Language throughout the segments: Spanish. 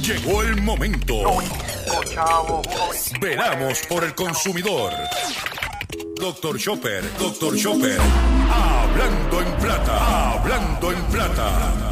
Llegó el momento. Veramos por el consumidor. Dr. Chopper, Dr. Chopper. Hablando en plata, hablando en plata.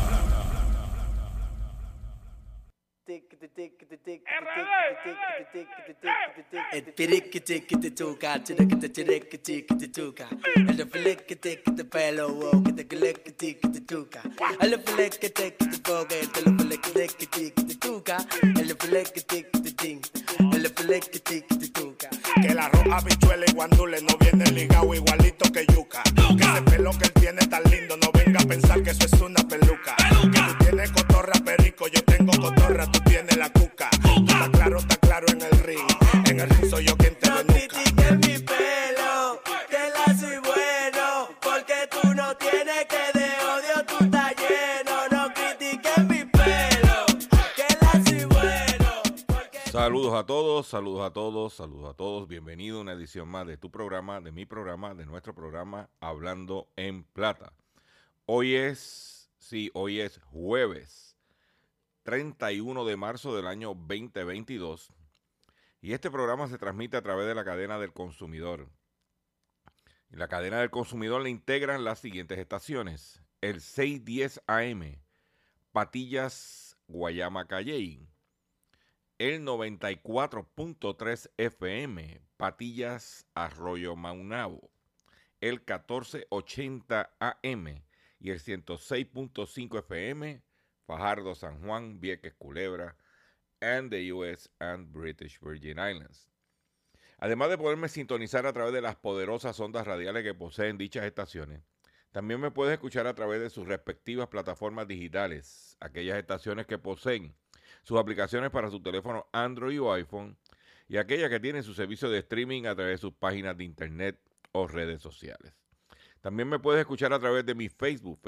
Que el arroz, habichuela y guandule no viene ligado igualito que yuca. Que ese pelo que él tiene tan lindo, no venga a pensar que eso es una peluca. Que tú tienes cotorra perico, yo tengo cotorra, tú tienes la cuca. Está claro en el ring. En el ring soy yo quien te No denuca. critiques mi pelo, que la soy bueno, porque tú no tienes que de odio tú estás lleno. No critiques mi pelo, que la soy bueno, porque... Saludos a todos, saludos a todos, saludos a todos. Bienvenido a una edición más de tu programa, de mi programa, de nuestro programa Hablando en Plata. Hoy es jueves 31 de marzo del año 2022 y este programa se transmite a través de la cadena del consumidor. Y la cadena del consumidor le integran las siguientes estaciones: el 610 AM, Patillas, Guayama, Calley; el 94.3 FM, Patillas, Arroyo Maunabo; el 1480 AM y el 106.5 FM, Fajardo, San Juan, Vieques, Culebra, and the U.S. and British Virgin Islands. Además de poderme sintonizar a través de las poderosas ondas radiales que poseen dichas estaciones, también me puedes escuchar a través de sus respectivas plataformas digitales, aquellas estaciones que poseen sus aplicaciones para su teléfono Android o iPhone y aquellas que tienen su servicio de streaming a través de sus páginas de internet o redes sociales. También me puedes escuchar a través de mi Facebook,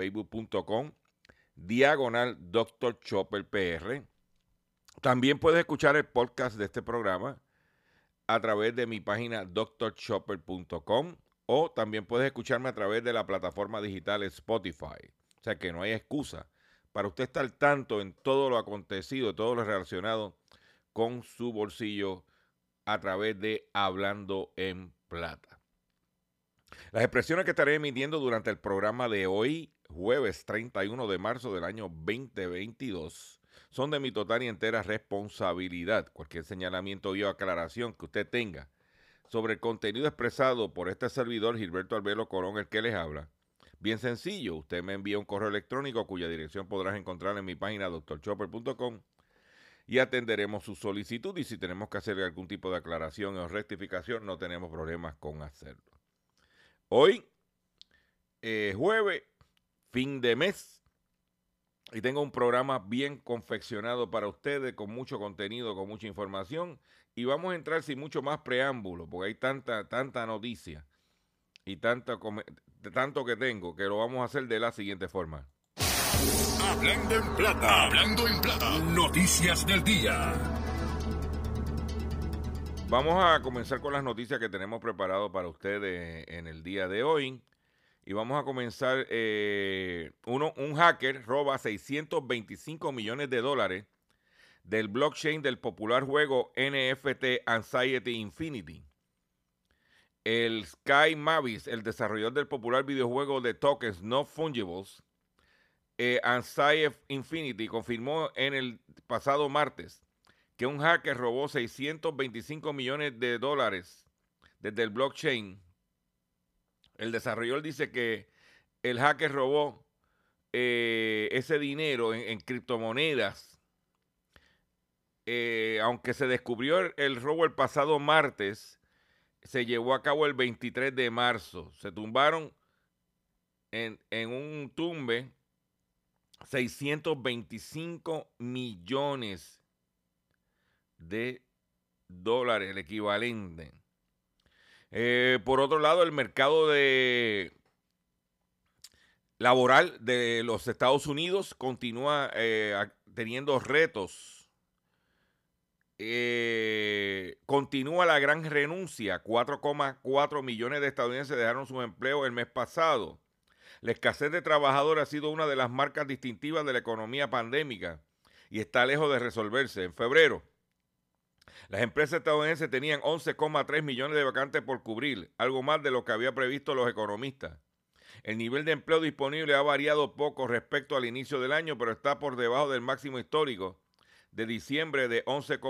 facebook.com/Dr. Chopper PR. También puedes escuchar el podcast de este programa a través de mi página drchopper.com o también puedes escucharme a través de la plataforma digital Spotify. O sea que no hay excusa para usted estar al tanto en todo lo acontecido, todo lo relacionado con su bolsillo a través de Hablando en Plata. Las expresiones que estaré emitiendo durante el programa de hoy, jueves 31 de marzo del año 2022, son de mi total y entera responsabilidad. Cualquier señalamiento o aclaración que usted tenga sobre el contenido expresado por este servidor, Gilberto Albelo Colón, el que les habla, bien sencillo, usted me envía un correo electrónico cuya dirección podrás encontrar en mi página drchopper.com y atenderemos su solicitud, y si tenemos que hacer algún tipo de aclaración o rectificación, no tenemos problemas con hacerlo. Hoy, jueves, fin de mes, y tengo un programa bien confeccionado para ustedes, con mucho contenido, con mucha información, y vamos a entrar sin mucho más preámbulo, porque hay tanta noticia y tanto que tengo, que lo vamos a hacer de la siguiente forma. Hablando en plata, hablando en plata. Noticias del día. Vamos a comenzar con las noticias que tenemos preparado para ustedes en el día de hoy. Y vamos a comenzar, un hacker roba $625 millones del blockchain del popular juego NFT Anxiety Infinity. El Sky Mavis, el desarrollador del popular videojuego de tokens no fungibles, Anxiety Infinity, confirmó en el pasado martes que un hacker robó $625 millones desde el blockchain. El desarrollador dice que el hacker robó ese dinero en criptomonedas, aunque se descubrió el robo el pasado martes, se llevó a cabo el 23 de marzo. Se tumbaron en un tumbe 625 millones de dólares, el equivalente. Por otro lado, el mercado laboral de los Estados Unidos continúa teniendo retos. Continúa la gran renuncia. 4,4 millones de estadounidenses dejaron sus empleos el mes pasado. La escasez de trabajadores ha sido una de las marcas distintivas de la economía pandémica y está lejos de resolverse. En febrero, las empresas estadounidenses tenían 11,3 millones de vacantes por cubrir, algo más de lo que había previsto los economistas. El nivel de empleo disponible ha variado poco respecto al inicio del año, pero está por debajo del máximo histórico de diciembre de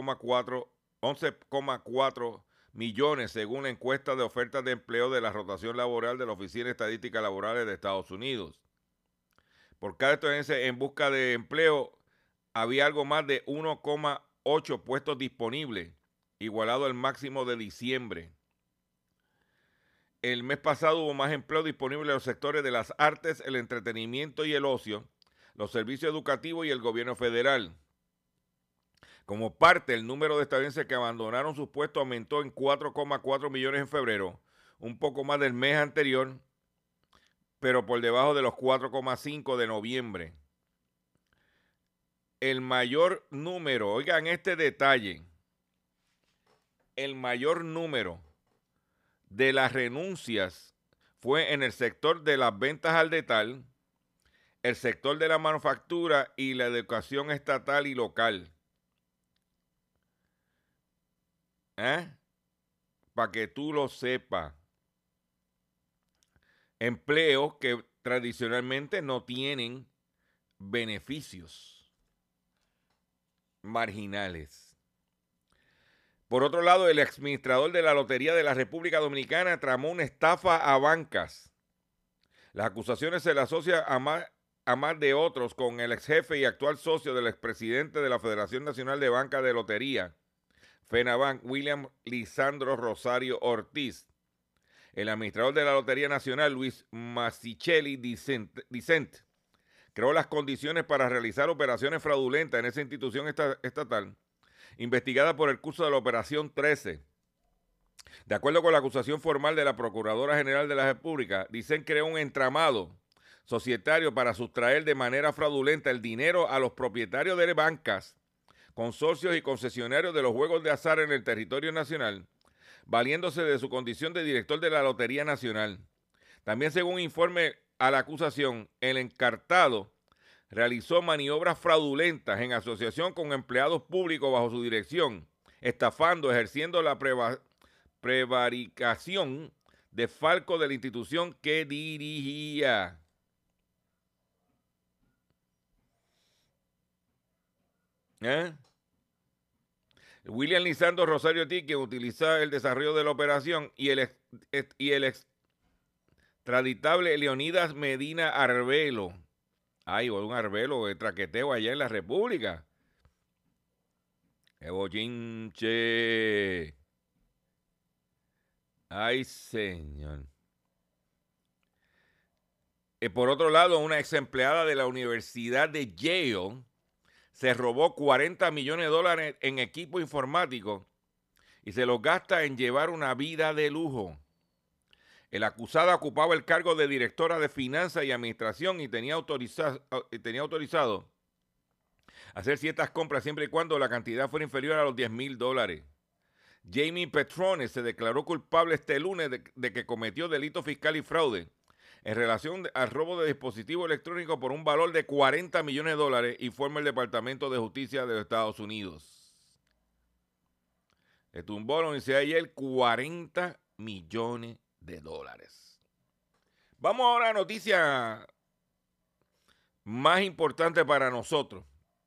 11,4 millones, según la encuesta de ofertas de empleo de la rotación laboral de la Oficina de Estadísticas Laborales de Estados Unidos. Por cada estadounidense en busca de empleo, había algo más de 1,8 puestos disponibles, igualado al máximo de diciembre. El mes pasado hubo más empleo disponible en los sectores de las artes, el entretenimiento y el ocio, los servicios educativos y el gobierno federal. Como parte, el número de estadounidenses que abandonaron sus puestos aumentó en 4,4 millones en febrero, un poco más del mes anterior, pero por debajo de los 4,5 de noviembre. El mayor número, oigan este detalle, el mayor número de las renuncias fue en el sector de las ventas al detalle, el sector de la manufactura y la educación estatal y local. Para que tú lo sepas. Empleos que tradicionalmente no tienen beneficios marginales. Por otro lado, el exadministrador de la Lotería de la República Dominicana tramó una estafa a bancas. Las acusaciones se le asocian a más de otros con el exjefe y actual socio del expresidente de la Federación Nacional de Banca de Lotería, FENABANC, William Lisandro Rosario Ortiz. El administrador de la Lotería Nacional, Luis Masichelli Dicent, creó las condiciones para realizar operaciones fraudulentas en esa institución estatal, investigada por el curso de la Operación 13. De acuerdo con la acusación formal de la Procuradora General de la República, Dicent creó un entramado societario para sustraer de manera fraudulenta el dinero a los propietarios de bancas, consorcios y concesionarios de los juegos de azar en el territorio nacional, valiéndose de su condición de director de la Lotería Nacional. También, según un informe a la acusación, el encartado realizó maniobras fraudulentas en asociación con empleados públicos bajo su dirección, estafando, ejerciendo la prevaricación de falco de la institución que dirigía. William Lisandro Rosario Ortiz, que utilizaba el desarrollo de la operación, y el extraditable Leonidas Medina Arbelo. Ay, un arbelo de traqueteo allá en la República. ¡Qué bochinche! Ay, señor. Por otro lado, una ex empleada de la Universidad de Yale se robó $40 millones en equipo informático y se los gasta en llevar una vida de lujo. El acusado ocupaba el cargo de directora de Finanzas y Administración y tenía autorizado hacer ciertas compras siempre y cuando la cantidad fuera inferior a los $10,000. Jamie Petrone se declaró culpable este lunes de que cometió delito fiscal y fraude en relación al robo de dispositivos electrónicos por un valor de $40 millones, informa el Departamento de Justicia de los Estados Unidos. Le tumbó la Universidad de Yale $40 millones. Vamos ahora a la noticia más importante para nosotros.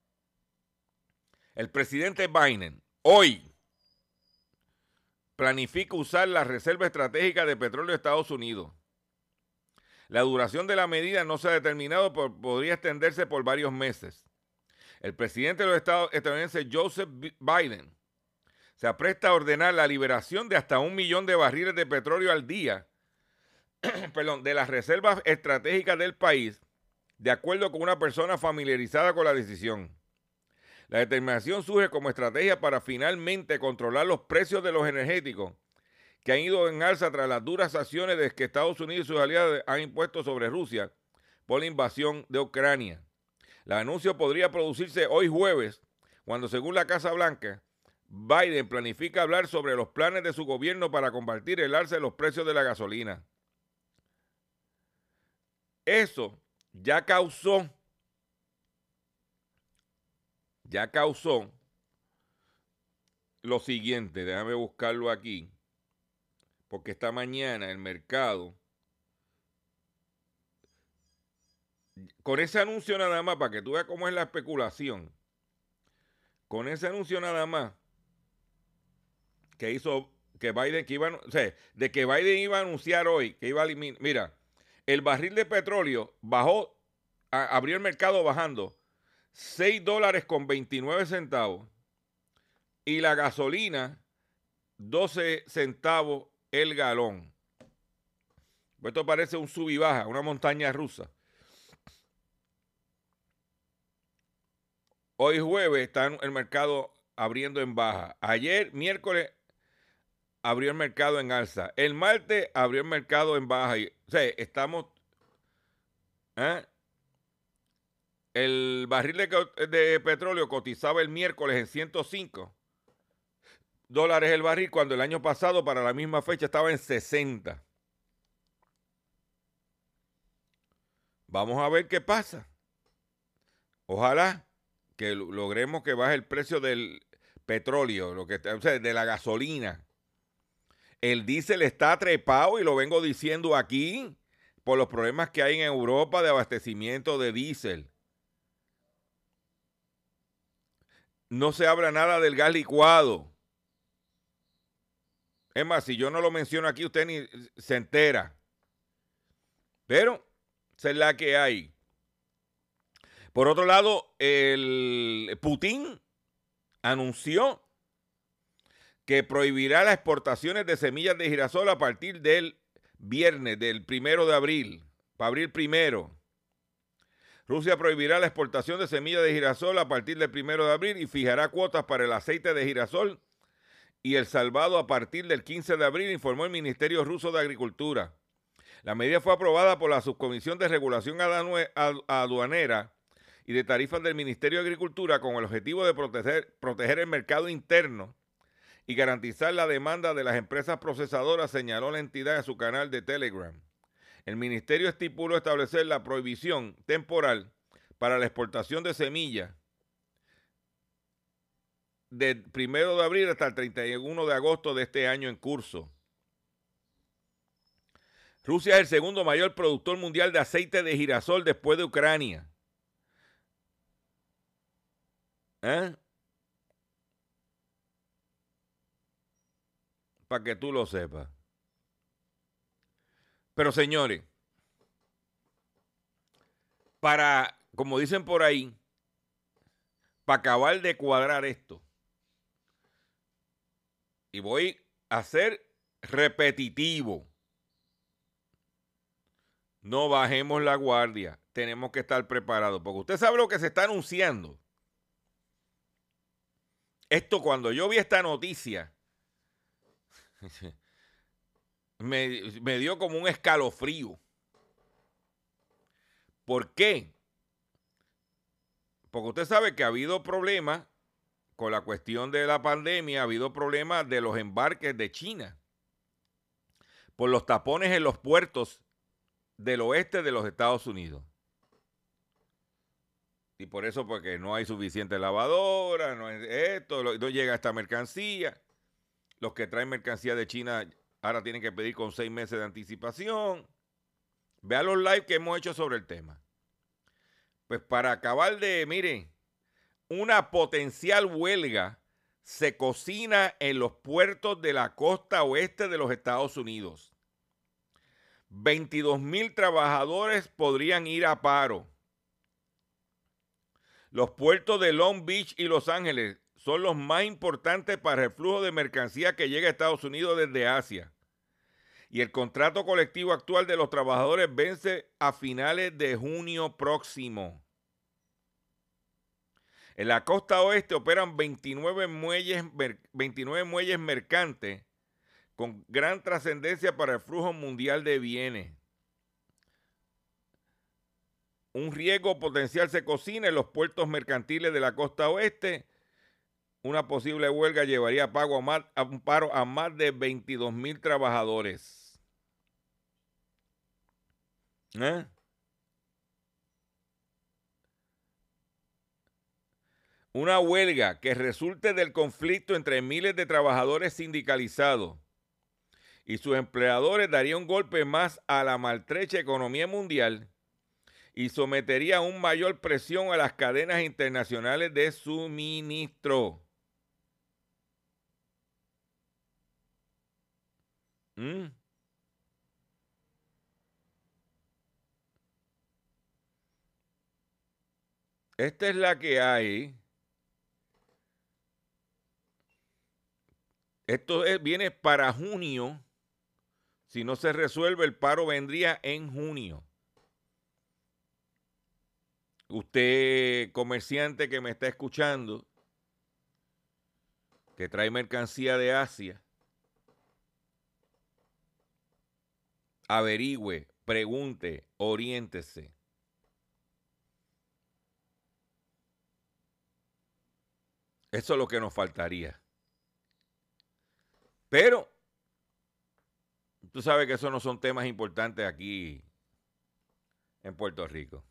El presidente Biden hoy planifica usar la Reserva Estratégica de Petróleo de Estados Unidos. La duración de la medida no se ha determinado, pero podría extenderse por varios meses. El presidente de los Estados estadounidenses, Joseph Biden, se apresta a ordenar la liberación de hasta 1 millón de barriles de petróleo al día, de las reservas estratégicas del país, de acuerdo con una persona familiarizada con la decisión. La determinación surge como estrategia para finalmente controlar los precios de los energéticos, que han ido en alza tras las duras sanciones que Estados Unidos y sus aliados han impuesto sobre Rusia por la invasión de Ucrania. El anuncio podría producirse hoy jueves, cuando, según la Casa Blanca, Biden planifica hablar sobre los planes de su gobierno para combatir el alza de los precios de la gasolina. Eso ya causó ya causó lo siguiente. Déjame buscarlo aquí. Porque esta mañana el mercado, con ese anuncio nada más, para que tú veas cómo es la especulación, con ese anuncio nada más que hizo que Biden, o sea, de que Biden iba a anunciar hoy que iba a eliminar, mira, el barril de petróleo bajó, abrió el mercado bajando $6.29 y la gasolina 12 centavos el galón. Esto parece un sub y baja, una montaña rusa. Hoy jueves está el mercado abriendo en baja. Ayer, miércoles, abrió el mercado en alza. El martes abrió el mercado en baja. O sea, estamos... El barril de petróleo cotizaba el miércoles en $105 el barril, cuando el año pasado para la misma fecha estaba en 60. Vamos a ver qué pasa. Ojalá que logremos que baje el precio del petróleo, o sea, de la gasolina. El diésel está trepado y lo vengo diciendo aquí por los problemas que hay en Europa de abastecimiento de diésel. No se habla nada del gas licuado. Es más, si yo no lo menciono aquí, usted ni se entera. Pero esa es la que hay. Por otro lado, el Putin anunció que prohibirá las exportaciones de semillas de girasol a partir del viernes, del 1 de abril, para abril 1. Rusia prohibirá la exportación de semillas de girasol a partir del 1 de abril y fijará cuotas para el aceite de girasol y el salvado a partir del 15 de abril, informó el Ministerio Ruso de Agricultura. La medida fue aprobada por la Subcomisión de Regulación Aduanera y de Tarifas del Ministerio de Agricultura con el objetivo de proteger el mercado interno y garantizar la demanda de las empresas procesadoras, señaló la entidad en su canal de Telegram. El ministerio estipuló establecer la prohibición temporal para la exportación de semillas del 1 de abril hasta el 31 de agosto de este año en curso. Rusia es el segundo mayor productor mundial de aceite de girasol después de Ucrania. Para que tú lo sepas. Pero señores, como dicen por ahí, para acabar de cuadrar esto, y voy a ser repetitivo, no bajemos la guardia, tenemos que estar preparados, porque usted sabe lo que se está anunciando. Esto, cuando yo vi esta noticia, me dio como un escalofrío. ¿Por qué? Porque usted sabe que ha habido problemas con la cuestión de la pandemia, ha habido problemas de los embarques de China por los tapones en los puertos del oeste de los Estados Unidos. Y por eso, porque no hay suficiente lavadora, no es esto, no llega esta mercancía. Los que traen mercancía de China ahora tienen que pedir con 6 meses de anticipación. Vea los live que hemos hecho sobre el tema. Pues para acabar miren, una potencial huelga se cocina en los puertos de la costa oeste de los Estados Unidos. 22,000 trabajadores podrían ir a paro. Los puertos de Long Beach y Los Ángeles son los más importantes para el flujo de mercancía que llega a Estados Unidos desde Asia. Y el contrato colectivo actual de los trabajadores vence a finales de junio próximo. En la costa oeste operan 29 muelles mercantes con gran trascendencia para el flujo mundial de bienes. Un riesgo potencial se cocina en los puertos mercantiles de la costa oeste. Una posible huelga llevaría a un paro a más de 22,000 trabajadores. una huelga que resulte del conflicto entre miles de trabajadores sindicalizados y sus empleadores daría un golpe más a la maltrecha economía mundial y sometería aún mayor presión a las cadenas internacionales de suministro. Esta es la que hay. Viene para junio. Si no se resuelve, el paro vendría en junio. Usted, comerciante que me está escuchando, que trae mercancía de Asia, averigüe, pregunte, oriéntese. Eso es lo que nos faltaría. Pero tú sabes que esos no son temas importantes aquí en Puerto Rico.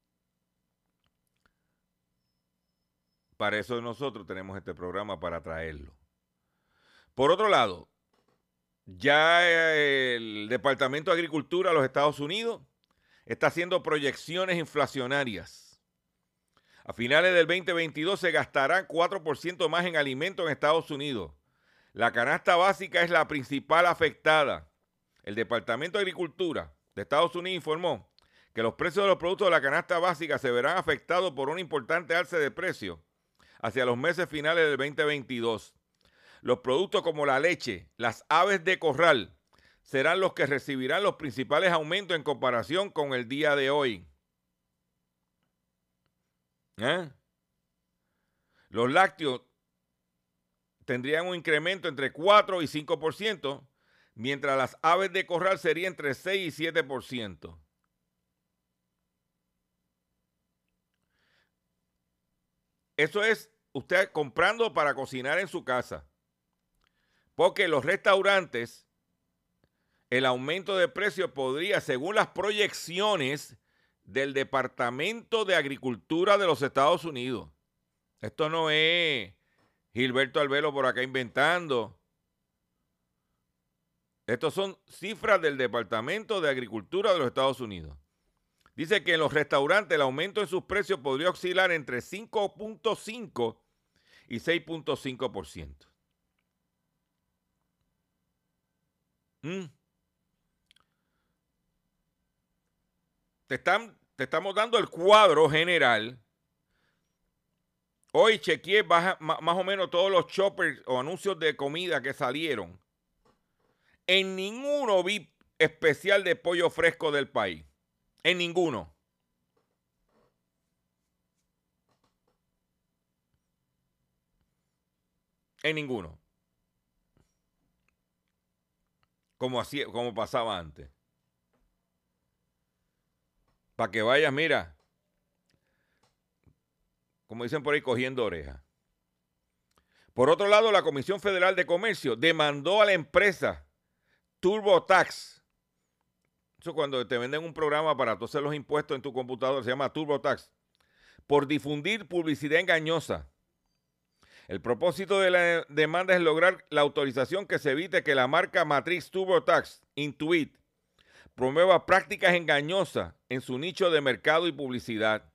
Para eso nosotros tenemos este programa para traerlo. Por otro lado, ya el Departamento de Agricultura de los Estados Unidos está haciendo proyecciones inflacionarias. A finales del 2022 se gastará 4% más en alimentos en Estados Unidos. La canasta básica es la principal afectada. El Departamento de Agricultura de Estados Unidos informó que los precios de los productos de la canasta básica se verán afectados por un importante alza de precios hacia los meses finales del 2022. Los productos como la leche, las aves de corral, serán los que recibirán los principales aumentos en comparación con el día de hoy. Los lácteos tendrían un incremento entre 4 y 5%, mientras las aves de corral serían entre 6 y 7%. Eso es usted comprando para cocinar en su casa. Porque los restaurantes, el aumento de precios podría, según las proyecciones del Departamento de Agricultura de los Estados Unidos. Esto no es Gilberto Albelo por acá inventando. Estas son cifras del Departamento de Agricultura de los Estados Unidos. Dice que en los restaurantes el aumento en sus precios podría oscilar entre 5.5 y 6.5%. Te estamos dando el cuadro general. Hoy chequeé más o menos todos los shoppers o anuncios de comida que salieron. En ninguno vi especial de pollo fresco del país. En ninguno. En ninguno. Como pasaba antes. Para que vayas, mira, como dicen por ahí, cogiendo oreja. Por otro lado, la Comisión Federal de Comercio demandó a la empresa TurboTax. Eso cuando te venden un programa para tú hacer los impuestos en tu computadora, se llama TurboTax, por difundir publicidad engañosa. El propósito de la demanda es lograr la autorización que se evite que la marca matriz TurboTax, Intuit, promueva prácticas engañosas en su nicho de mercado y publicidad.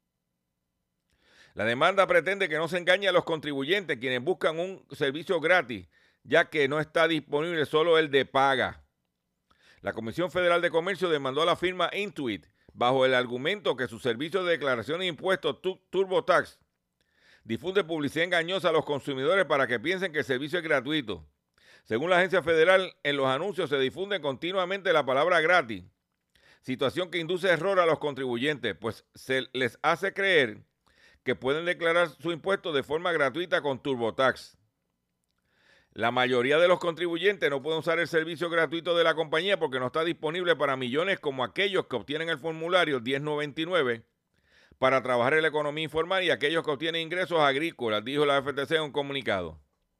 La demanda pretende que no se engañe a los contribuyentes quienes buscan un servicio gratis, ya que no está disponible solo el de paga. La Comisión Federal de Comercio demandó a la firma Intuit bajo el argumento que su servicio de declaración de impuestos TurboTax difunde publicidad engañosa a los consumidores para que piensen que el servicio es gratuito. Según la agencia federal, en los anuncios se difunde continuamente la palabra gratis, situación que induce error a los contribuyentes, pues se les hace creer que pueden declarar su impuesto de forma gratuita con TurboTax. La mayoría de los contribuyentes no pueden usar el servicio gratuito de la compañía porque no está disponible para millones como aquellos que obtienen el formulario 1099 para trabajar en la economía informal y aquellos que obtienen ingresos agrícolas, dijo la FTC en un comunicado.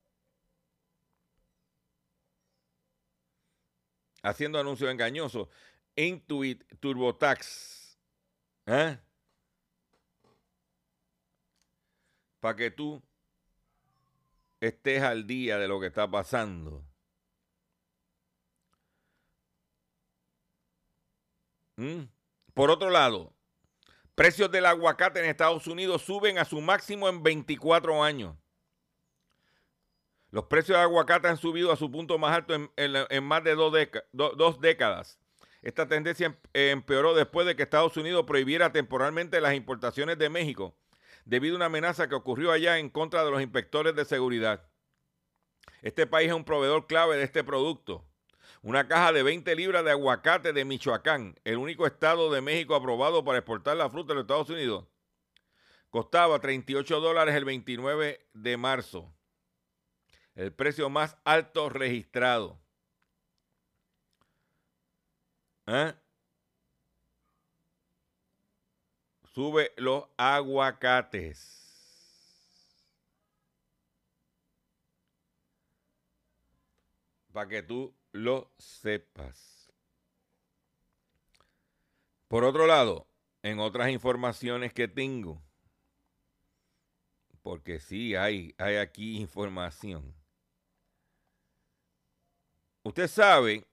Haciendo anuncios engañosos. Intuit, TurboTax. para que tú estés al día de lo que está pasando. Por otro lado, precios del aguacate en Estados Unidos suben a su máximo en 24 años. Los precios del aguacate han subido a su punto más alto en más de dos décadas. Esta tendencia empeoró después de que Estados Unidos prohibiera temporalmente las importaciones de México debido a una amenaza que ocurrió allá en contra de los inspectores de seguridad. Este país es un proveedor clave de este producto. Una caja de 20 libras de aguacate de Michoacán, el único estado de México aprobado para exportar la fruta a los Estados Unidos, costaba $38 el 29 de marzo. El precio más alto registrado. Sube los aguacates. Para que tú lo sepas. Por otro lado, en otras informaciones que tengo, porque sí hay aquí información. Usted sabe,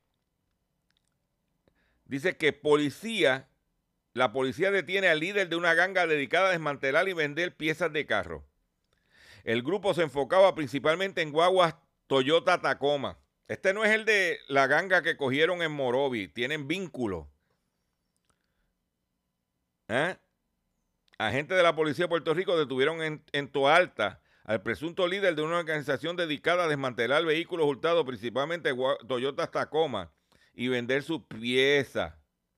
dice que la policía detiene al líder de una ganga dedicada a desmantelar y vender piezas de carro. El grupo se enfocaba principalmente en guaguas Toyota Tacoma. Este no es el de la ganga que cogieron en Morovi. Tienen vínculo. Agentes de la policía de Puerto Rico detuvieron en Toalta al presunto líder de una organización dedicada a desmantelar vehículos hurtados, principalmente Toyota Tacoma, y vender sus piezas.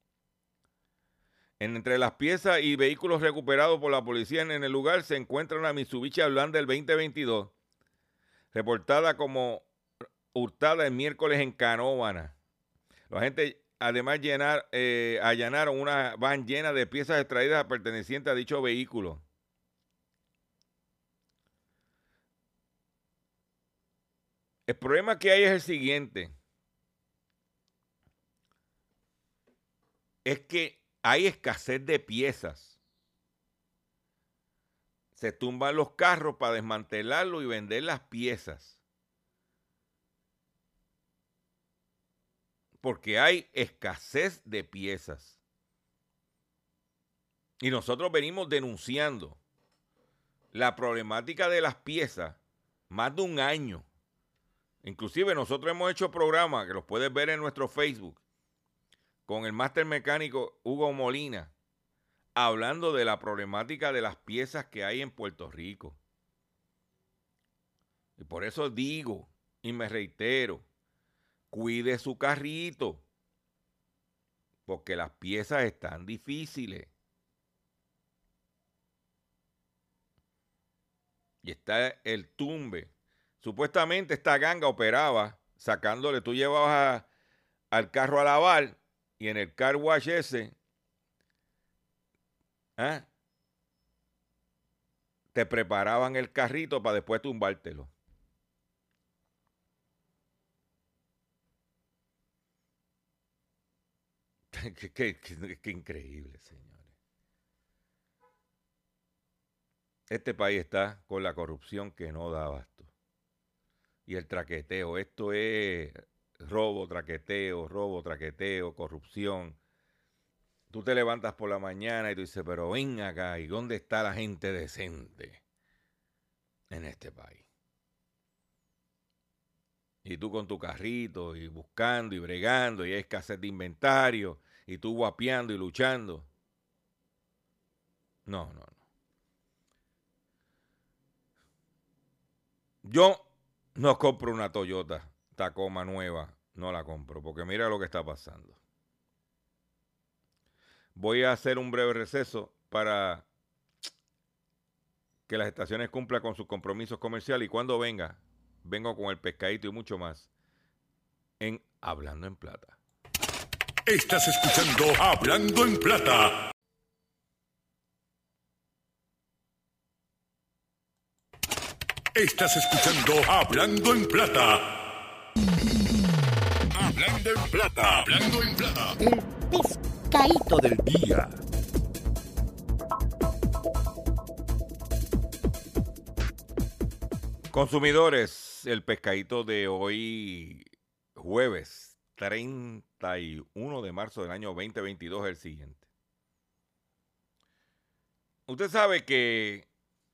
Entre las piezas y vehículos recuperados por la policía en el lugar se encuentra una Mitsubishi Outlander 2022, reportada como hurtada el miércoles en Canóvana. Los agentes además allanaron una van llena de piezas extraídas pertenecientes a dicho vehículo. El problema que hay es el siguiente. Es que hay escasez de piezas. Se tumban los carros para desmantelarlo y vender las piezas. Porque hay escasez de piezas. Y nosotros venimos denunciando la problemática de las piezas más de un año. Inclusive nosotros hemos hecho programas que los puedes ver en nuestro Facebook con el máster mecánico Hugo Molina, hablando de la problemática de las piezas que hay en Puerto Rico. Y por eso digo y me reitero, cuide su carrito, porque las piezas están difíciles. Y está el tumbe. Supuestamente esta ganga operaba sacándole, tú llevabas al carro a lavar y en el car wash ese te preparaban el carrito para después tumbártelo. Qué increíble, señores. Este país está con la corrupción que no da abasto. Y el traqueteo. Esto es robo, traqueteo, corrupción. Tú te levantas por la mañana y tú dices, pero ven acá, ¿y dónde está la gente decente en este país? Y tú con tu carrito y buscando y bregando y hay escasez de inventario y tú guapeando y luchando. No. Yo no compro una Toyota Tacoma nueva, no la compro porque mira lo que está pasando. Voy a hacer un breve receso para que las estaciones cumplan con sus compromisos comerciales y cuando vengo con el pescadito y mucho más en Hablando en Plata. Estás escuchando Hablando en Plata. Estás escuchando Hablando en Plata. Hablando en Plata. Hablando en Plata. El pescadito del día. Consumidores, el pescadito de hoy, jueves 31 de marzo del año 2022, es el siguiente. Usted sabe que,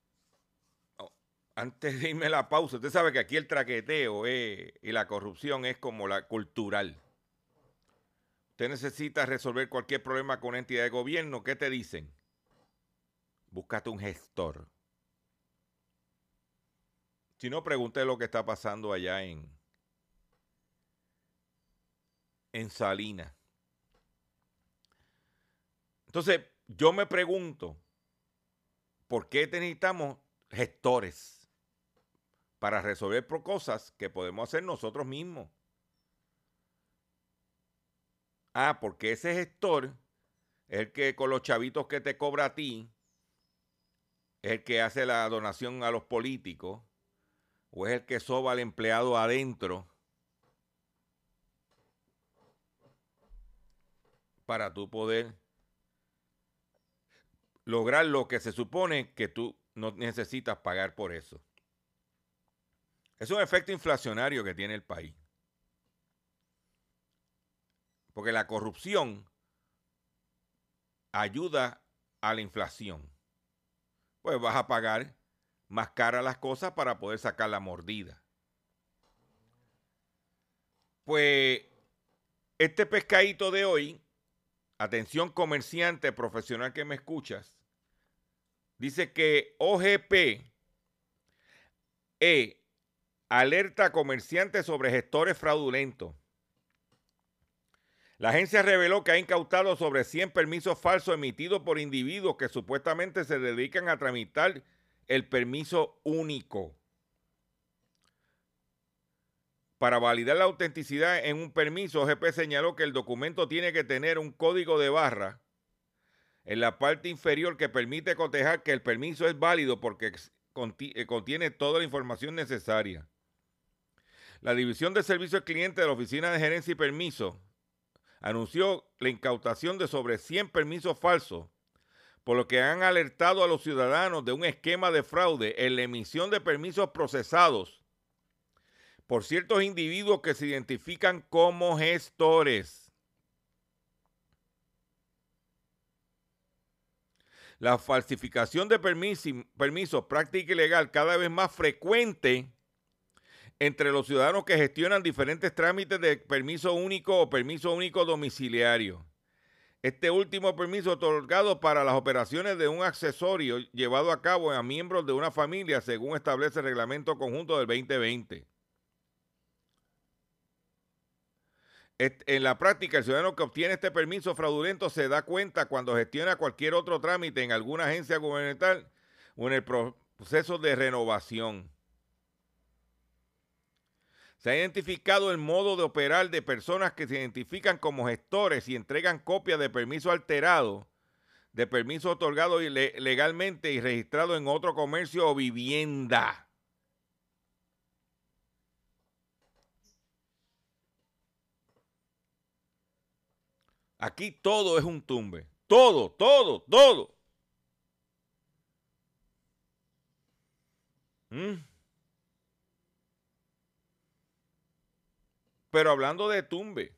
antes de irme a la pausa, usted sabe que aquí el traqueteo y la corrupción es como la cultural. Usted necesita resolver cualquier problema con una entidad de gobierno, ¿qué te dicen? Búscate un gestor. Si no, pregunte lo que está pasando allá en Salinas. Entonces, yo me pregunto, ¿por qué necesitamos gestores para resolver cosas que podemos hacer nosotros mismos? Porque ese gestor es el que con los chavitos que te cobra a ti, es el que hace la donación a los políticos, o es el que soba al empleado adentro para tú poder lograr lo que se supone que tú no necesitas pagar por eso. Es un efecto inflacionario que tiene el país. Porque la corrupción ayuda a la inflación. Pues vas a pagar más caras las cosas para poder sacar la mordida. Pues este pescadito de hoy, atención comerciante profesional que me escuchas, dice que OGP alerta a comerciantes sobre gestores fraudulentos. La agencia reveló que ha incautado sobre 100 permisos falsos emitidos por individuos que supuestamente se dedican a tramitar el permiso único. Para validar la autenticidad en un permiso, OGP señaló que el documento tiene que tener un código de barra en la parte inferior que permite cotejar que el permiso es válido porque contiene toda la información necesaria. La División de Servicio al Cliente de la Oficina de Gerencia y Permiso anunció la incautación de sobre 100 permisos falsos, por lo que han alertado a los ciudadanos de un esquema de fraude en la emisión de permisos procesados por ciertos individuos que se identifican como gestores. La falsificación de permisos, práctica ilegal cada vez más frecuente entre los ciudadanos que gestionan diferentes trámites de permiso único o permiso único domiciliario. Este último permiso otorgado para las operaciones de un accesorio llevado a cabo a miembros de una familia, según establece el Reglamento Conjunto del 2020. En la práctica, el ciudadano que obtiene este permiso fraudulento se da cuenta cuando gestiona cualquier otro trámite en alguna agencia gubernamental o en el proceso de renovación. Se ha identificado el modo de operar de personas que se identifican como gestores y entregan copias de permiso alterado, de permiso otorgado legalmente y registrado en otro comercio o vivienda. Aquí todo es un tumbe. Todo. Pero hablando de tumbe,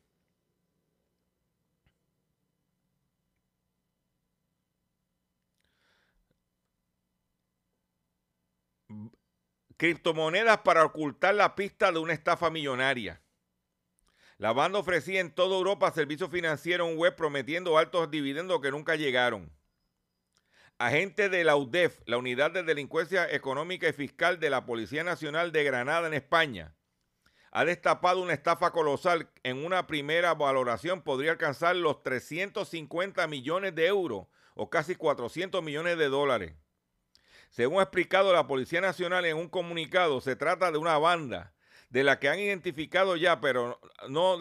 criptomonedas para ocultar la pista de una estafa millonaria. La banda ofrecía en toda Europa servicios financieros en web prometiendo altos dividendos que nunca llegaron. Agentes de la UDEF, la Unidad de Delincuencia Económica y Fiscal de la Policía Nacional de Granada en España, ha destapado una estafa colosal. En una primera valoración podría alcanzar los 350 millones de euros o casi 400 millones de dólares. Según ha explicado la Policía Nacional en un comunicado, se trata de una banda de la que han identificado ya, pero no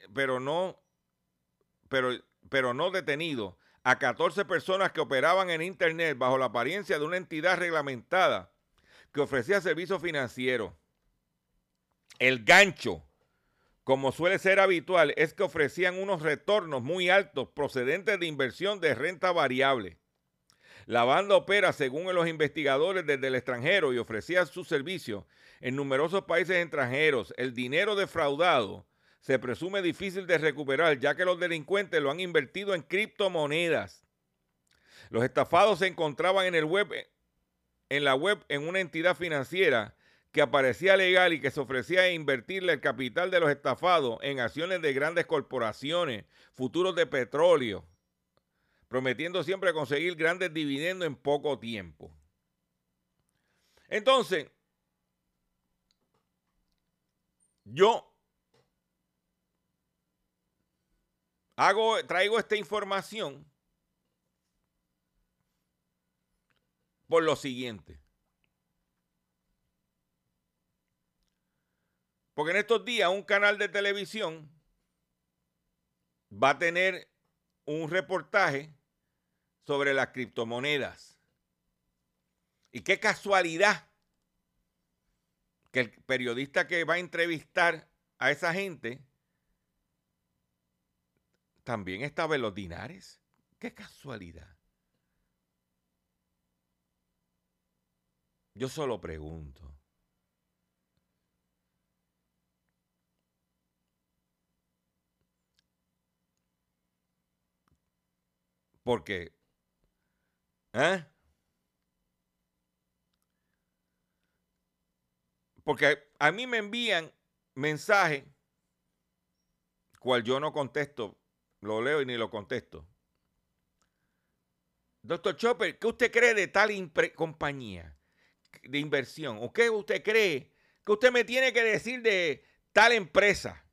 detenido, a 14 personas que operaban en Internet bajo la apariencia de una entidad reglamentada que ofrecía servicios financieros. El gancho, como suele ser habitual, es que ofrecían unos retornos muy altos procedentes de inversión de renta variable. La banda opera, según los investigadores, desde el extranjero y ofrecía sus servicios en numerosos países extranjeros. El dinero defraudado se presume difícil de recuperar, ya que los delincuentes lo han invertido en criptomonedas. Los estafados se encontraban en la web en una entidad financiera que aparecía legal y que se ofrecía a invertirle el capital de los estafados en acciones de grandes corporaciones, futuros de petróleo, prometiendo siempre conseguir grandes dividendos en poco tiempo. Entonces, yo traigo esta información por lo siguiente. Porque en estos días un canal de televisión va a tener un reportaje sobre las criptomonedas. Y qué casualidad que el periodista que va a entrevistar a esa gente también estaba en los dinares. Qué casualidad. Yo solo pregunto. Porque, porque a mí me envían mensajes, cual yo no contesto, lo leo y ni lo contesto. Doctor Chopper, ¿qué usted cree de tal compañía de inversión? ¿O qué usted cree que usted me tiene que decir de tal empresa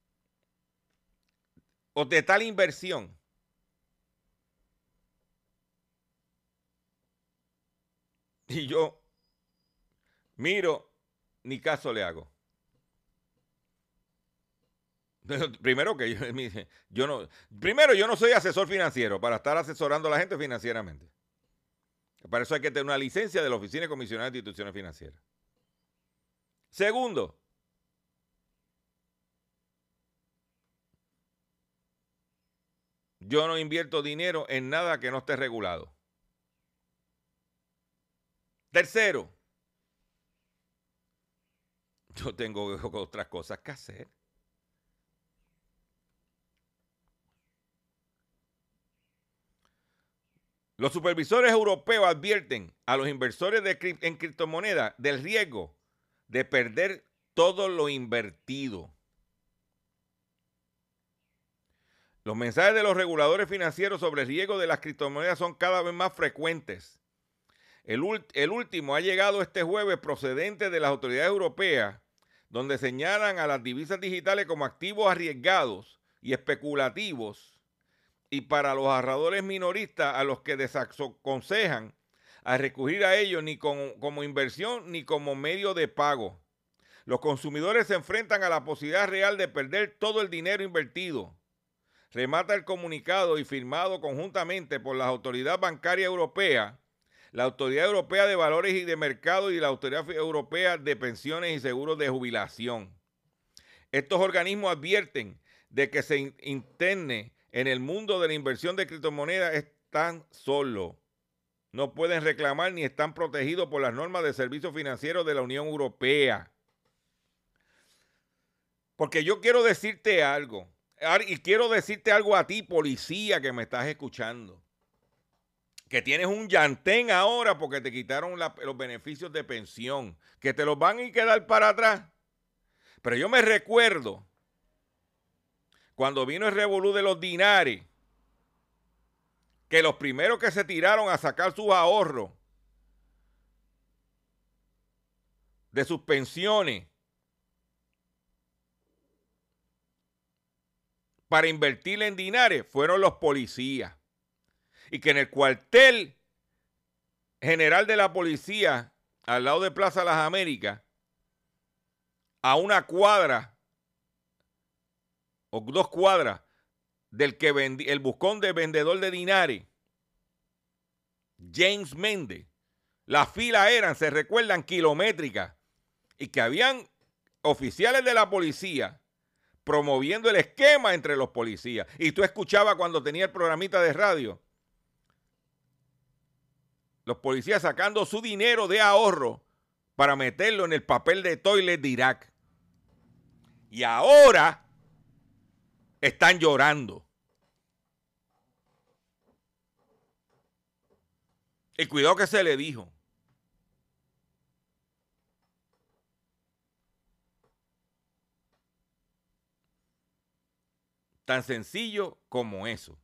o de tal inversión? Y yo miro, ni caso le hago. Primero yo no soy asesor financiero para estar asesorando a la gente financieramente. Para eso hay que tener una licencia de la Oficina de Comisionada de Instituciones Financieras. Segundo, yo no invierto dinero en nada que no esté regulado. Tercero, yo tengo otras cosas que hacer. Los supervisores europeos advierten a los inversores en criptomonedas del riesgo de perder todo lo invertido. Los mensajes de los reguladores financieros sobre el riesgo de las criptomonedas son cada vez más frecuentes. El último ha llegado este jueves procedente de las autoridades europeas, donde señalan a las divisas digitales como activos arriesgados y especulativos, y para los ahorradores minoristas a los que desaconsejan a recurrir a ellos ni como inversión ni como medio de pago. Los consumidores se enfrentan a la posibilidad real de perder todo el dinero invertido. Remata el comunicado y firmado conjuntamente por la Autoridad Bancaria Europea, la Autoridad Europea de Valores y de Mercado y la Autoridad Europea de Pensiones y Seguros de Jubilación. Estos organismos advierten de que se interne en el mundo de la inversión de criptomonedas están solos. No pueden reclamar ni están protegidos por las normas de servicios financieros de la Unión Europea. Porque yo quiero decirte algo, y quiero decirte algo a ti, policía, que me estás escuchando. Que tienes un llantén ahora porque te quitaron los beneficios de pensión, que te los van a quedar para atrás. Pero yo me recuerdo cuando vino el revolú de los dinares, que los primeros que se tiraron a sacar sus ahorros de sus pensiones para invertir en dinares fueron los policías. Y que en el cuartel general de la policía, al lado de Plaza Las Américas, a una cuadra o 2 cuadras del que el buscón de vendedor de dinares, James Méndez, las filas eran, se recuerdan, kilométricas, y que habían oficiales de la policía promoviendo el esquema entre los policías. Y tú escuchabas cuando tenía el programita de radio los policías sacando su dinero de ahorro para meterlo en el papel de toilet de Irak. Y ahora están llorando. Y cuidado que se le dijo. Tan sencillo como eso.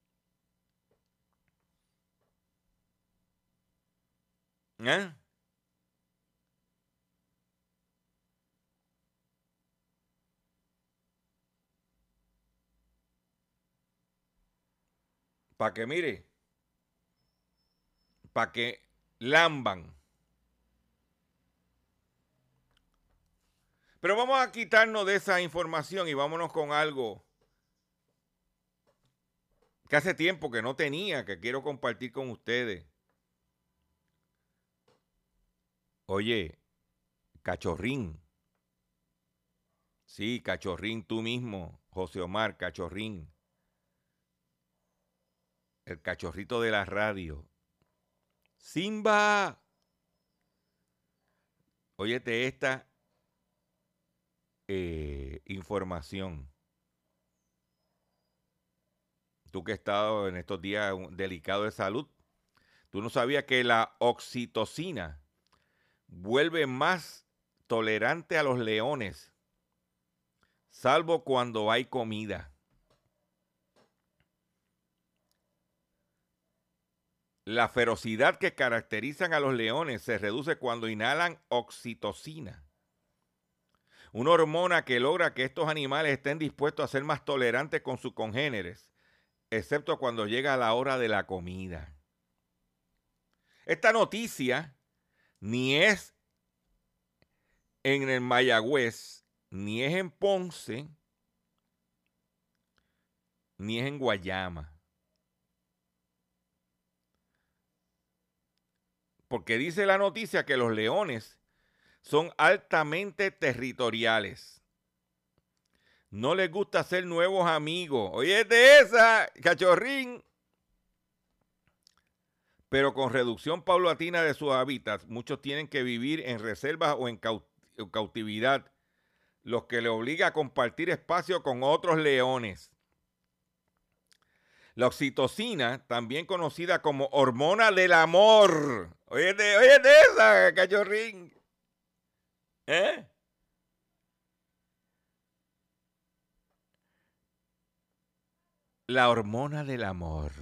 ¿Eh? Para que mire, para que lamban. Pero vamos a quitarnos de esa información y vámonos con algo que hace tiempo que no tenía, que quiero compartir con ustedes. Oye, Cachorrín. Sí, Cachorrín, tú mismo, José Omar, Cachorrín. El cachorrito de la radio. Simba. Óyete esta información. Tú que has estado en estos días delicados de salud, tú no sabías que la oxitocina vuelve más tolerante a los leones, salvo cuando hay comida. La ferocidad que caracterizan a los leones se reduce cuando inhalan oxitocina, una hormona que logra que estos animales estén dispuestos a ser más tolerantes con sus congéneres, excepto cuando llega la hora de la comida. Esta noticia ni es en el Mayagüez, ni es en Ponce, ni es en Guayama. Porque dice la noticia que los leones son altamente territoriales. No les gusta hacer nuevos amigos. Oye, de esa, Cachorrín. Pero con reducción paulatina de sus hábitats, muchos tienen que vivir en reservas o en cautividad, lo que le obliga a compartir espacio con otros leones. La oxitocina, también conocida como hormona del amor. Oye, de esa, Cachorrín. ¿Eh? La hormona del amor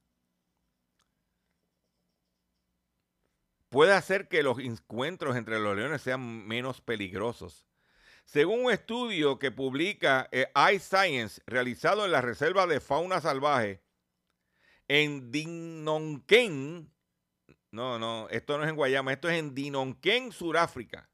puede hacer que los encuentros entre los leones sean menos peligrosos. Según un estudio que publica iScience, realizado en la Reserva de Fauna Salvaje en Dinonquén, esto no es en Guayama, esto es en Dinonquén, Sudáfrica.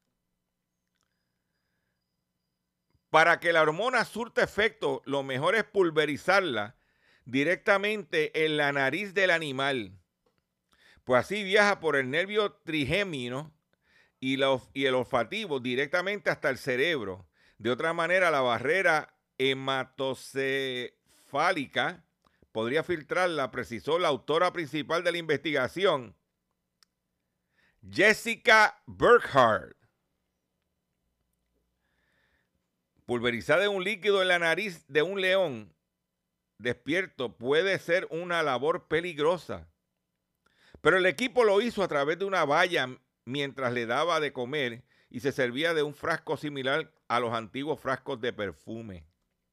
Para que la hormona surta efecto, lo mejor es pulverizarla directamente en la nariz del animal, pues así viaja por el nervio trigémino y el olfativo directamente hasta el cerebro. De otra manera, la barrera hematocefálica podría filtrarla, precisó la autora principal de la investigación, Jessica Burkhardt. Pulverizada en un líquido en la nariz de un león despierto puede ser una labor peligrosa. Pero el equipo lo hizo a través de una valla mientras le daba de comer y se servía de un frasco similar a los antiguos frascos de perfume.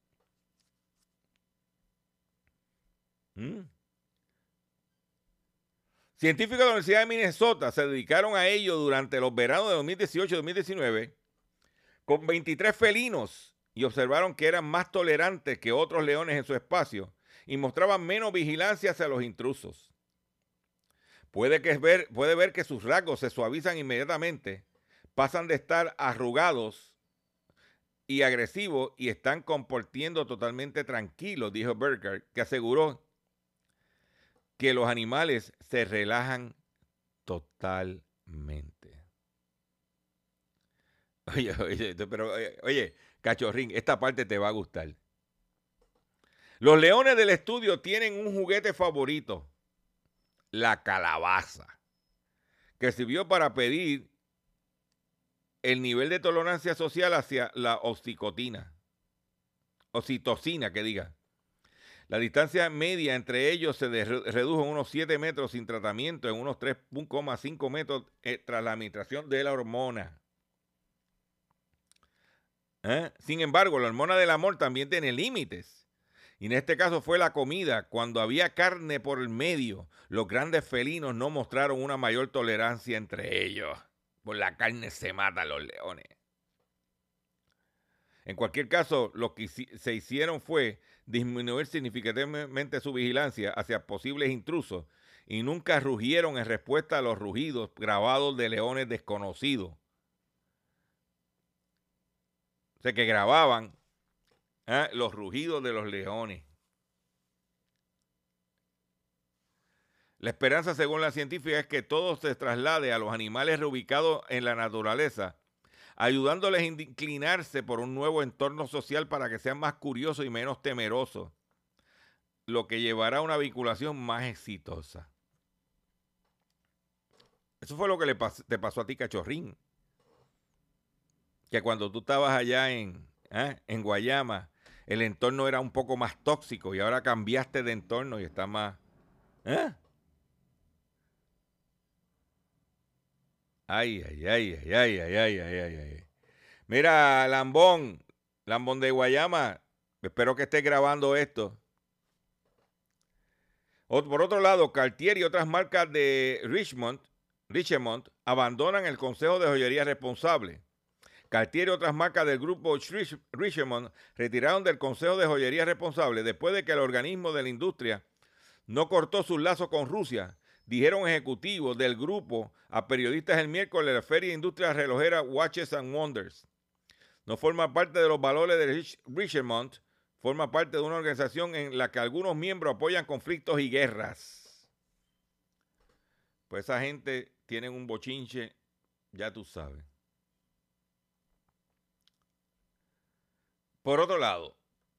Científicos de la Universidad de Minnesota se dedicaron a ello durante los veranos de 2018 y 2019 con 23 felinos y observaron que eran más tolerantes que otros leones en su espacio y mostraban menos vigilancia hacia los intrusos. Puede ver que sus rasgos se suavizan inmediatamente, pasan de estar arrugados y agresivos y están comportando totalmente tranquilos, dijo Burkhardt, que aseguró que los animales se relajan totalmente. Oye, Cachorrín, esta parte te va a gustar. Los leones del estudio tienen un juguete favorito, la calabaza. que sirvió para pedir el nivel de tolerancia social hacia la oxitocina, que diga. La distancia media entre ellos se redujo en unos 7 metros sin tratamiento, en unos 3,5 metros tras la administración de la hormona. Sin embargo, la hormona del amor también tiene límites. Y en este caso fue la comida. Cuando había carne por el medio, los grandes felinos no mostraron una mayor tolerancia entre ellos. Por la carne se matan los leones. En cualquier caso, lo que se hicieron fue disminuir significativamente su vigilancia hacia posibles intrusos y nunca rugieron en respuesta a los rugidos grabados de leones desconocidos. O sea, que grababan los rugidos de los leones. La esperanza, según la científica, es que todo se traslade a los animales reubicados en la naturaleza, ayudándoles a inclinarse por un nuevo entorno social para que sean más curiosos y menos temerosos, lo que llevará a una vinculación más exitosa. Eso fue lo que te pasó a ti, cachorrín. Que cuando tú estabas allá en Guayama, el entorno era un poco más tóxico y ahora cambiaste de entorno y está más... Ay. Mira, Lambón de Guayama, espero que estés grabando esto. Por otro lado, Cartier y otras marcas de Richemont abandonan el Consejo de Joyería Responsable. Cartier y otras marcas del grupo Richemont retiraron del Consejo de Joyería Responsable después de que el organismo de la industria no cortó sus lazos con Rusia, dijeron ejecutivos del grupo a periodistas el miércoles en la Feria de Industria Relojera Watches and Wonders. No forma parte de los valores de Richemont, forma parte de una organización en la que algunos miembros apoyan conflictos y guerras. Pues esa gente tiene un bochinche, ya tú sabes. Por otro lado,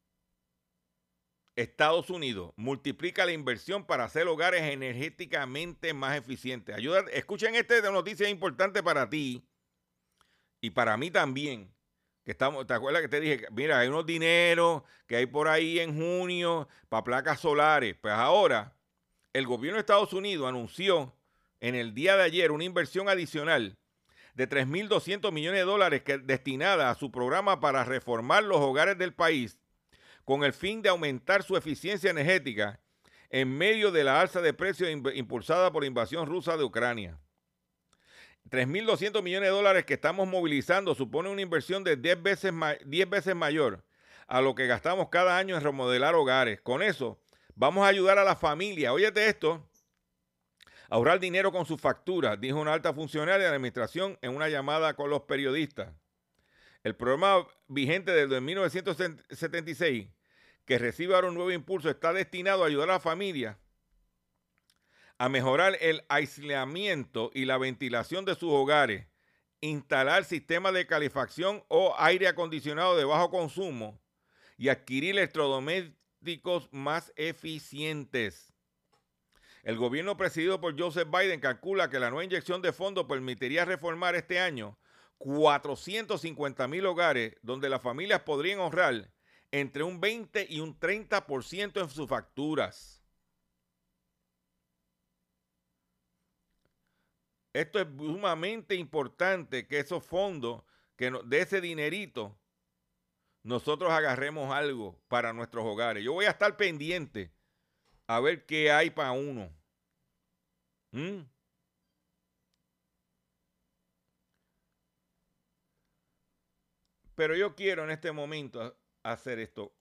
Estados Unidos multiplica la inversión para hacer hogares energéticamente más eficientes. Escuchen esta noticia importante para ti y para mí también. ¿Te acuerdas que te dije? Mira, hay unos dineros que hay por ahí en junio para placas solares. Pues ahora el gobierno de Estados Unidos anunció en el día de ayer una inversión adicional de $3.200 millones destinada a su programa para reformar los hogares del país con el fin de aumentar su eficiencia energética en medio de la alza de precios impulsada por la invasión rusa de Ucrania. $3.200 millones que estamos movilizando supone una inversión de 10 veces mayor a lo que gastamos cada año en remodelar hogares. Con eso vamos a ayudar a la familia. Óyete esto. Ahorrar dinero con sus facturas, dijo una alta funcionaria de la administración en una llamada con los periodistas. El programa vigente desde 1976, que recibe ahora un nuevo impulso, está destinado a ayudar a la familia a mejorar el aislamiento y la ventilación de sus hogares, instalar sistemas de calefacción o aire acondicionado de bajo consumo y adquirir electrodomésticos más eficientes. El gobierno presidido por Joseph Biden calcula que la nueva inyección de fondos permitiría reformar este año 450,000 hogares donde las familias podrían ahorrar entre un 20 y un 30% en sus facturas. Esto es sumamente importante que esos fondos, de ese dinerito, nosotros agarremos algo para nuestros hogares. Yo voy a estar pendiente a ver qué hay para uno. Pero yo quiero en este momento hacer esto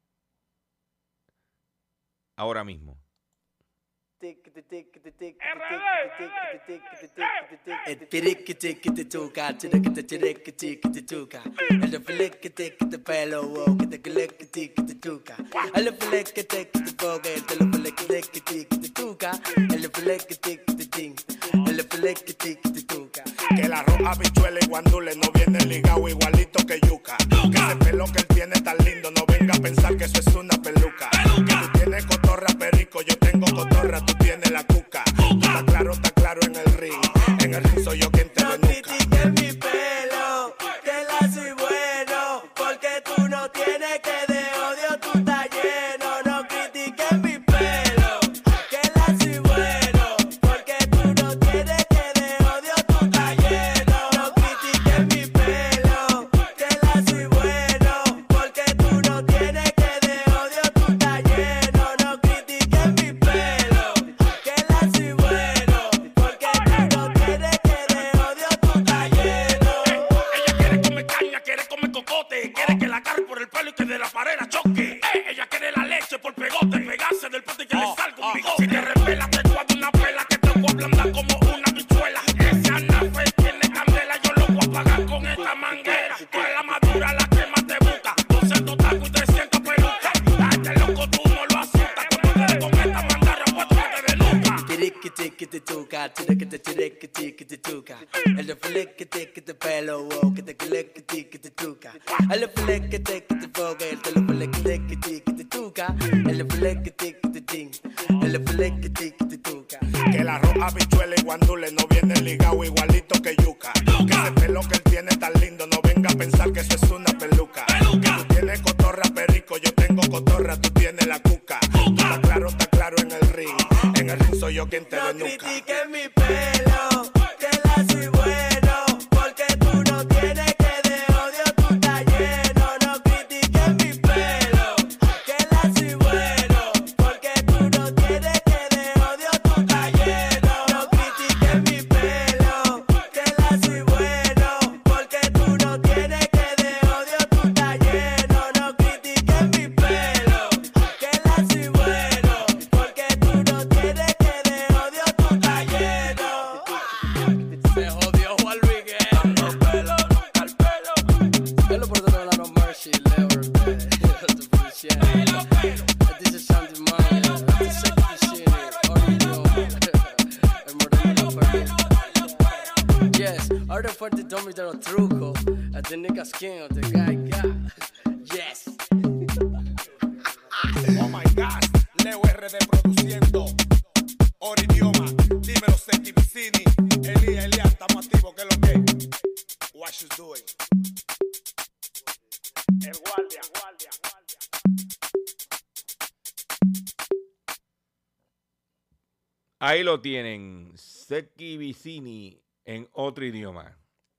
ahora mismo. Que el arroz, habichuela y guandules no viene ligado igualito que yuca. Que ese pelo que él tiene tan lindo, no venga a pensar que eso es una peluca. Que tú tienes cotorra perico, yo tengo cotorra, tú tienes la cuca. Está claro en el ring. En el ring soy yo quien te No denuca. critiques mi pelo, que lazo y bueno, porque tú no tienes que de odio tú estás lleno. No critiques mi pelo, que lazo y bueno, porque tú no tienes que de odio tú estás lleno. No critiques mi pelo, que lazo y bueno, porque tú no tienes que de odio tú estás lleno. No critiques mi pelo, que lazo y bueno, porque tú no tienes que de odio tú estás lleno. Ella quiere comer caña, quiere comer cocote, quiere que la agarre por el pelo y que de la pared la choque. Ella quiere la leche por pegote, pegarse del pote y que le salga un bigote. Si te revela, te guardo una pela que te voy a ablandar como una bichuela. Ese anafe tiene candela, yo lo voy a apagar con esta manguera. Con la madura, la que más te busca, 200 tacos y 300 pelucas. A este loco tú no lo asustas, cuando te dé con esta mandarra, pues tú te denuca. Tiriquitiquituca, tiriquitiquitiquituca. El de flequitiquiti pelo, wow, que te flequitiquituca. El de flequitiquitifoga, el de flequitiquituca. El de flequitiquitin, el de flequitiquituca. Que el arroz, habichuela y guandules no viene ligado igualito que yuca. Que ese pelo que él tiene tan lindo, no venga a pensar que eso es una peluca. Que tú tienes cotorra perico, yo tengo cotorra, tú tienes la cuca. Está claro en el ring. En el ring soy yo quien te No denuca. critiques mi pelo, que lazo y bueno, porque tú no tienes que de odio tú estás lleno. No critiques mi pelo, que lazo y bueno, porque tú no tienes que de odio tú estás lleno. No critiques mi pelo, que lazo y bueno, porque tú no tienes que de odio tú estás lleno. No critiques mi pelo, que lazo y bueno, porque tú no tienes que de odio tú estás lleno. Se jodió Juan Luis Guerra. No pelo, nunca el pelo. Pelo por todo lado, no mercy, Lever, This is Sandy Maya, this is Crisine, Orino, el moreno la familia. Yes, ahora fuerte Tommy de los trucos, a the niggas king of the guy got. Yes. Oh my God, Leo RD produciendo. Oridioma, dímelo Seki Vicini. Elías, estamos activos, ¿qué es lo que? What you doing? El guardia. Ahí lo tienen, Seki Vicini en otro idioma.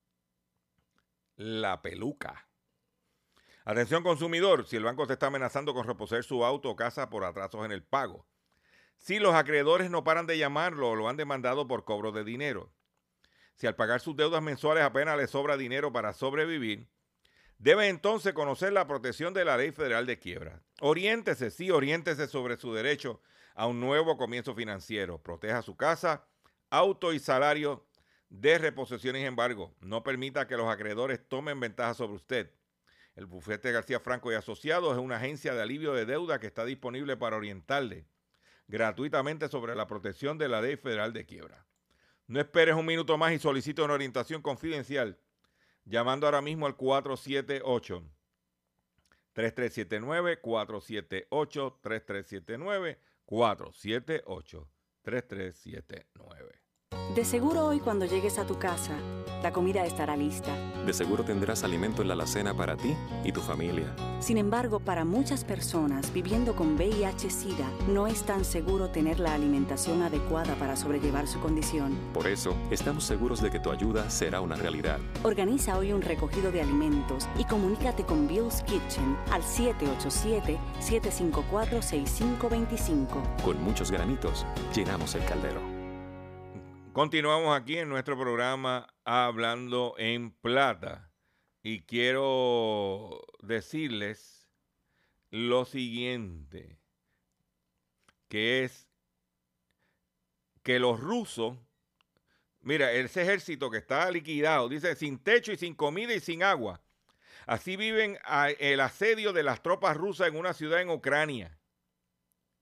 La peluca. Atención consumidor, si el banco te está amenazando con reposer su auto o casa por atrasos en el pago. Si los acreedores no paran de llamarlo o lo han demandado por cobro de dinero. Si al pagar sus deudas mensuales apenas le sobra dinero para sobrevivir, debe entonces conocer la protección de la Ley Federal de Quiebra. Oriéntese sobre su derecho a un nuevo comienzo financiero. Proteja su casa, auto y salario de reposición y embargo. No permita que los acreedores tomen ventaja sobre usted. El bufete García Franco y Asociados es una agencia de alivio de deuda que está disponible para orientarle gratuitamente sobre la protección de la Ley Federal de Quiebra. No esperes un minuto más y solicite una orientación confidencial llamando ahora mismo al 478-3379, 478-3379, 478-3379. De seguro hoy cuando llegues a tu casa, la comida estará lista. De seguro tendrás alimento en la alacena para ti y tu familia. Sin embargo, para muchas personas viviendo con VIH-Sida, no es tan seguro tener la alimentación adecuada para sobrellevar su condición. Por eso, estamos seguros de que tu ayuda será una realidad. Organiza hoy un recogido de alimentos y comunícate con Bill's Kitchen al 787-754-6525. Con muchos granitos, llenamos el caldero. Continuamos aquí en nuestro programa Hablando en Plata y quiero decirles lo siguiente, que es que los rusos, mira, ese ejército que está liquidado, dice, sin techo y sin comida y sin agua, así viven el asedio de las tropas rusas en una ciudad en Ucrania.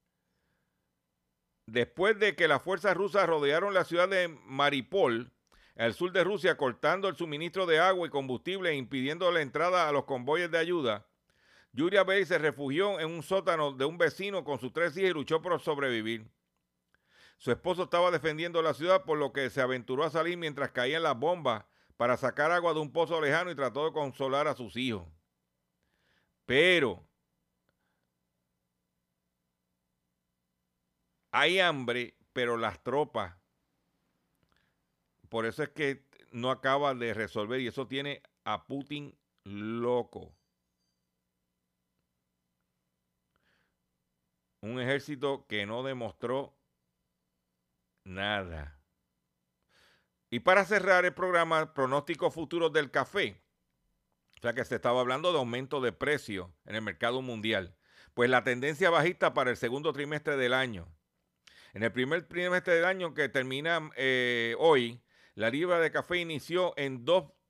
Después de que las fuerzas rusas rodearon la ciudad de Mariupol, al sur de Rusia, cortando el suministro de agua y combustible e impidiendo la entrada a los convoyes de ayuda, Yuria Bey se refugió en un sótano de un vecino con sus 3 hijas y luchó por sobrevivir. Su esposo estaba defendiendo la ciudad, por lo que se aventuró a salir mientras caían las bombas para sacar agua de un pozo lejano y trató de consolar a sus hijos. Pero hay hambre, pero las tropas, por eso es que no acaba de resolver, y eso tiene a Putin loco. Un ejército que no demostró nada. Y para cerrar el programa, pronósticos futuros del café. O sea que se estaba hablando de aumento de precios en el mercado mundial. Pues la tendencia bajista para el segundo trimestre del año. En el primer trimestre del año que termina hoy, la libra de café inició en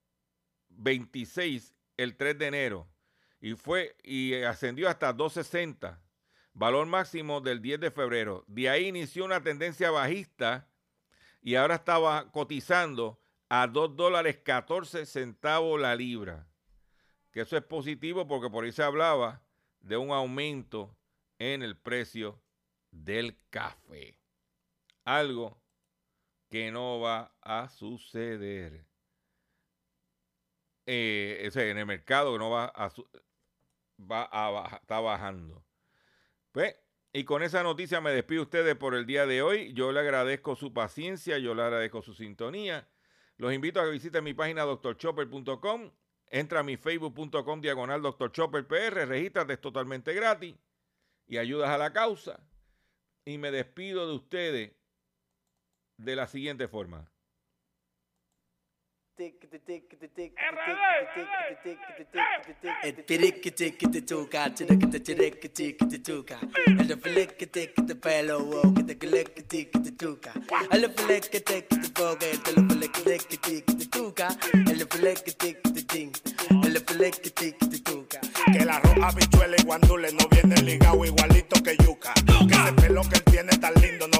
2.26 el 3 de enero y ascendió hasta 2.60, valor máximo del 10 de febrero. De ahí inició una tendencia bajista y ahora estaba cotizando a $2.14 la libra. Que eso es positivo porque por ahí se hablaba de un aumento en el precio del café. Algo que no va a suceder. En el mercado que no está bajando. Pues, y con esa noticia me despido de ustedes por el día de hoy. Yo le agradezco su paciencia, yo le agradezco su sintonía. Los invito a que visiten mi página drchopper.com. Entra a mi facebook.com/Dr. Chopper PR, regístrate, es totalmente gratis y ayudas a la causa. Y me despido de ustedes de la siguiente forma. Que el arroz, habichuela y guandule no viene ligado igualito que yuca. Que ese pelo que él tiene tan lindo no